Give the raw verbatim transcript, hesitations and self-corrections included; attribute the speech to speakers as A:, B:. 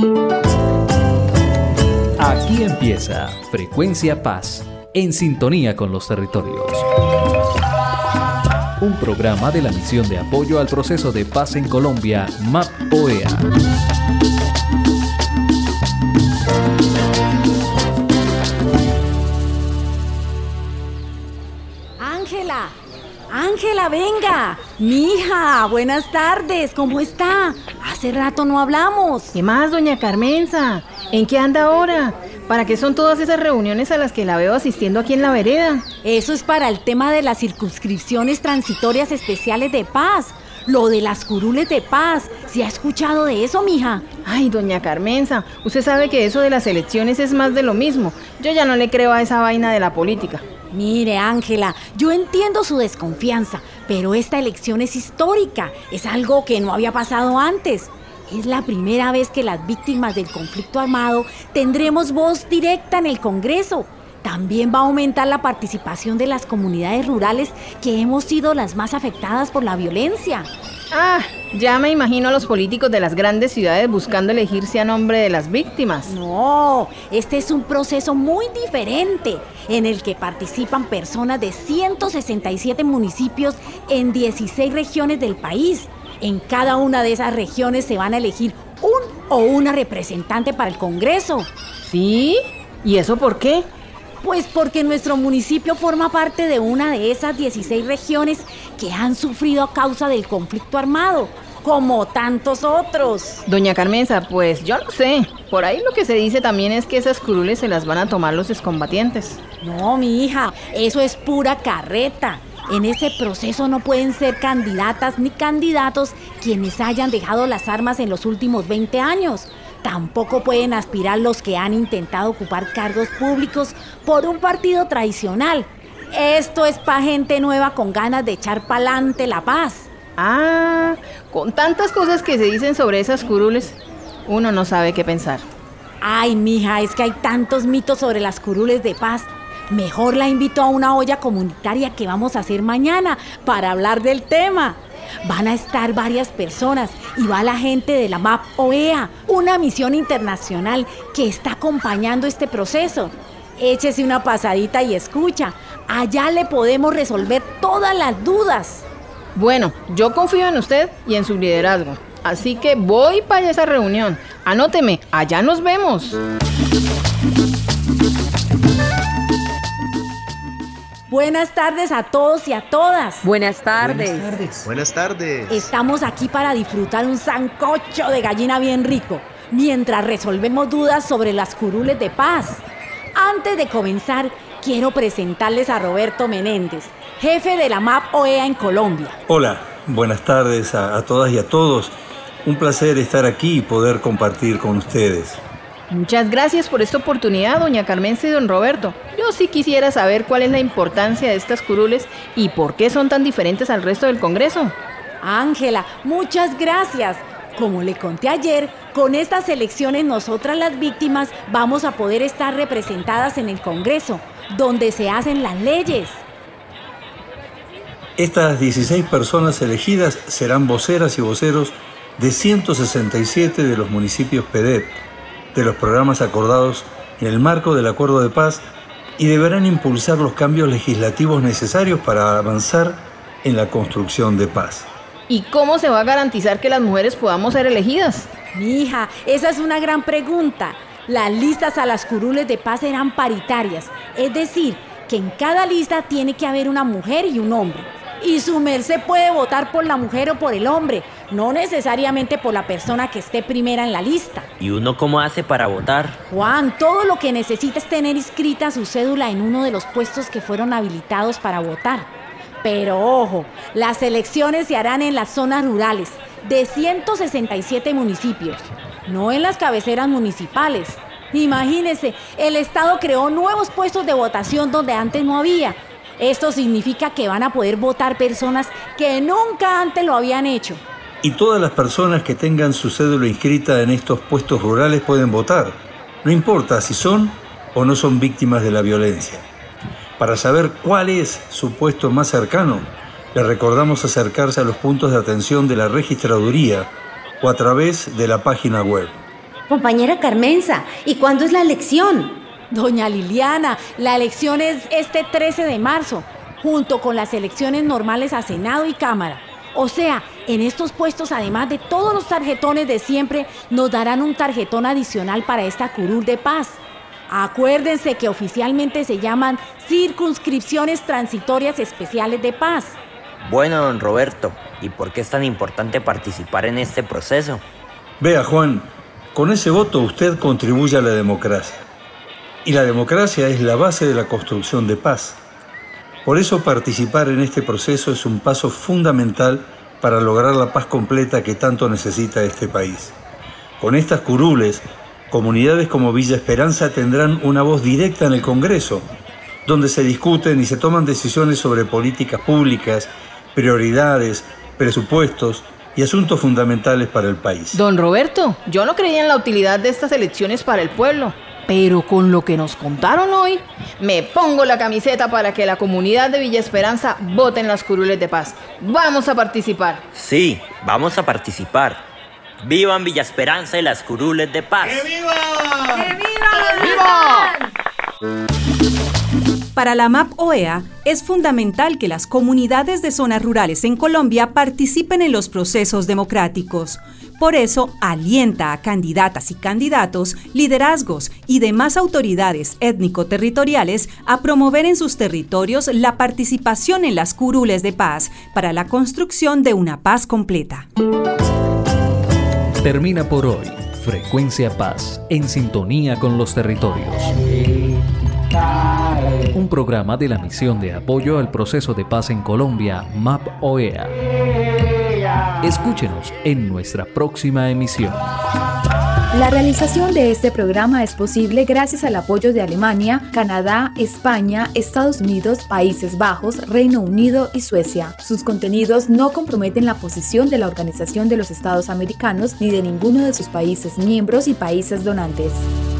A: Aquí empieza Frecuencia Paz, en sintonía con los territorios. Un programa de la Misión de Apoyo al Proceso de Paz en Colombia, M A P O E A.
B: Ángela, Ángela, venga. Mija, buenas tardes, ¿cómo está? Hace rato no hablamos.
C: ¿Qué más, doña Carmenza? ¿En qué anda ahora? ¿Para qué son todas esas reuniones a las que la veo asistiendo aquí en la vereda?
B: Eso es para el tema de las circunscripciones transitorias especiales de paz. Lo de las curules de paz. ¿Sí ha escuchado de eso, mija?
C: Ay, doña Carmenza, usted sabe que eso de las elecciones es más de lo mismo. Yo ya no le creo a esa vaina de la política.
B: Mire, Ángela, yo entiendo su desconfianza, pero esta elección es histórica. Es algo que no había pasado antes. Es la primera vez que las víctimas del conflicto armado tendremos voz directa en el Congreso. También va a aumentar la participación de las comunidades rurales que hemos sido las más afectadas por la violencia.
C: Ah, ya me imagino a los políticos de las grandes ciudades buscando elegirse a nombre de las víctimas.
B: No, este es un proceso muy diferente en el que participan personas de ciento sesenta y siete municipios en dieciséis regiones del país. En cada una de esas regiones se van a elegir un o una representante para el Congreso.
C: ¿Sí? ¿Y eso por qué?
B: Pues porque nuestro municipio forma parte de una de esas dieciséis regiones que han sufrido a causa del conflicto armado, como tantos otros.
C: Doña Carmenza, pues yo no sé. Por ahí lo que se dice también es que esas curules se las van a tomar los excombatientes.
B: No, mi hija, eso es pura carreta. En ese proceso no pueden ser candidatas ni candidatos quienes hayan dejado las armas en los últimos veinte años. Tampoco pueden aspirar los que han intentado ocupar cargos públicos por un partido tradicional. Esto es pa' gente nueva con ganas de echar pa'lante la paz.
C: Ah, con tantas cosas que se dicen sobre esas curules, uno no sabe qué pensar.
B: Ay, mija, es que hay tantos mitos sobre las curules de paz. Mejor la invito a una olla comunitaria que vamos a hacer mañana para hablar del tema. Van a estar varias personas y va la gente de la M A P O E A, una misión internacional que está acompañando este proceso. Échese una pasadita y escucha. Allá le podemos resolver todas las dudas.
C: Bueno, yo confío en usted y en su liderazgo. Así que voy para esa reunión. Anóteme, allá nos vemos.
B: Buenas tardes a todos y a todas.
D: Buenas tardes.
E: Buenas tardes. Buenas tardes.
B: Estamos aquí para disfrutar un sancocho de gallina bien rico, mientras resolvemos dudas sobre las curules de paz. Antes de comenzar, quiero presentarles a Roberto Menéndez, jefe de la M A P O E A en Colombia.
F: Hola, buenas tardes a, a todas y a todos. Un placer estar aquí y poder compartir con ustedes.
C: Muchas gracias por esta oportunidad, doña Carmenza y don Roberto. Yo sí quisiera saber cuál es la importancia de estas curules y por qué son tan diferentes al resto del Congreso.
B: Ángela, muchas gracias. Como le conté ayer, con estas elecciones nosotras las víctimas vamos a poder estar representadas en el Congreso, donde se hacen las leyes.
F: Estas dieciséis personas elegidas serán voceras y voceros de ciento sesenta y siete de los municipios P D E P, de los programas acordados en el marco del Acuerdo de Paz, y deberán impulsar los cambios legislativos necesarios para avanzar en la construcción de paz.
C: ¿Y cómo se va a garantizar que las mujeres podamos ser elegidas?
B: Mija, esa es una gran pregunta. Las listas a las curules de paz serán paritarias, es decir, que en cada lista tiene que haber una mujer y un hombre. Y su merced puede votar por la mujer o por el hombre, no necesariamente por la persona que esté primera en la lista.
G: ¿Y uno cómo hace para votar?
B: Juan, todo lo que necesita es tener inscrita su cédula en uno de los puestos que fueron habilitados para votar. Pero ojo, las elecciones se harán en las zonas rurales de ciento sesenta y siete municipios, no en las cabeceras municipales. Imagínense, el Estado creó nuevos puestos de votación donde antes no había. Esto significa que van a poder votar personas que nunca antes lo habían hecho.
F: Y todas las personas que tengan su cédula inscrita en estos puestos rurales pueden votar, no importa si son o no son víctimas de la violencia. Para saber cuál es su puesto más cercano, le recordamos acercarse a los puntos de atención de la registraduría o a través de la página web.
D: Compañera Carmenza, ¿y cuándo es la elección?
B: Doña Liliana, la elección es este trece de marzo, junto con las elecciones normales a Senado y Cámara. O sea, en estos puestos, además de todos los tarjetones de siempre, nos darán un tarjetón adicional para esta curul de paz. Acuérdense que oficialmente se llaman circunscripciones transitorias especiales de paz.
G: Bueno, don Roberto, ¿y por qué es tan importante participar en este proceso?
F: Vea, Juan, con ese voto usted contribuye a la democracia. Y la democracia es la base de la construcción de paz. Por eso participar en este proceso es un paso fundamental para lograr la paz completa que tanto necesita este país. Con estas curules, comunidades como Villa Esperanza tendrán una voz directa en el Congreso, donde se discuten y se toman decisiones sobre políticas públicas, prioridades, presupuestos y asuntos fundamentales para el país.
C: Don Roberto, yo no creía en la utilidad de estas elecciones para el pueblo, pero con lo que nos contaron hoy, me pongo la camiseta para que la comunidad de Villa Esperanza vote en las curules de paz. ¡Vamos a participar!
G: Sí, vamos a participar. ¡Vivan Villa Esperanza y las curules de paz!
H: ¡Que viva!
C: ¡Que viva!
I: ¡Viva! Para la M A P O E A es fundamental que las comunidades de zonas rurales en Colombia participen en los procesos democráticos. Por eso, alienta a candidatas y candidatos, liderazgos y demás autoridades étnico-territoriales a promover en sus territorios la participación en las curules de paz para la construcción de una paz completa.
A: Termina por hoy Frecuencia Paz, en sintonía con los territorios. Un programa de la Misión de Apoyo al Proceso de Paz en Colombia, M A P O E A. Escúchenos en nuestra próxima emisión.
J: La realización de este programa es posible gracias al apoyo de Alemania, Canadá, España, Estados Unidos, Países Bajos, Reino Unido y Suecia. Sus contenidos no comprometen la posición de la Organización de los Estados Americanos ni de ninguno de sus países miembros y países donantes.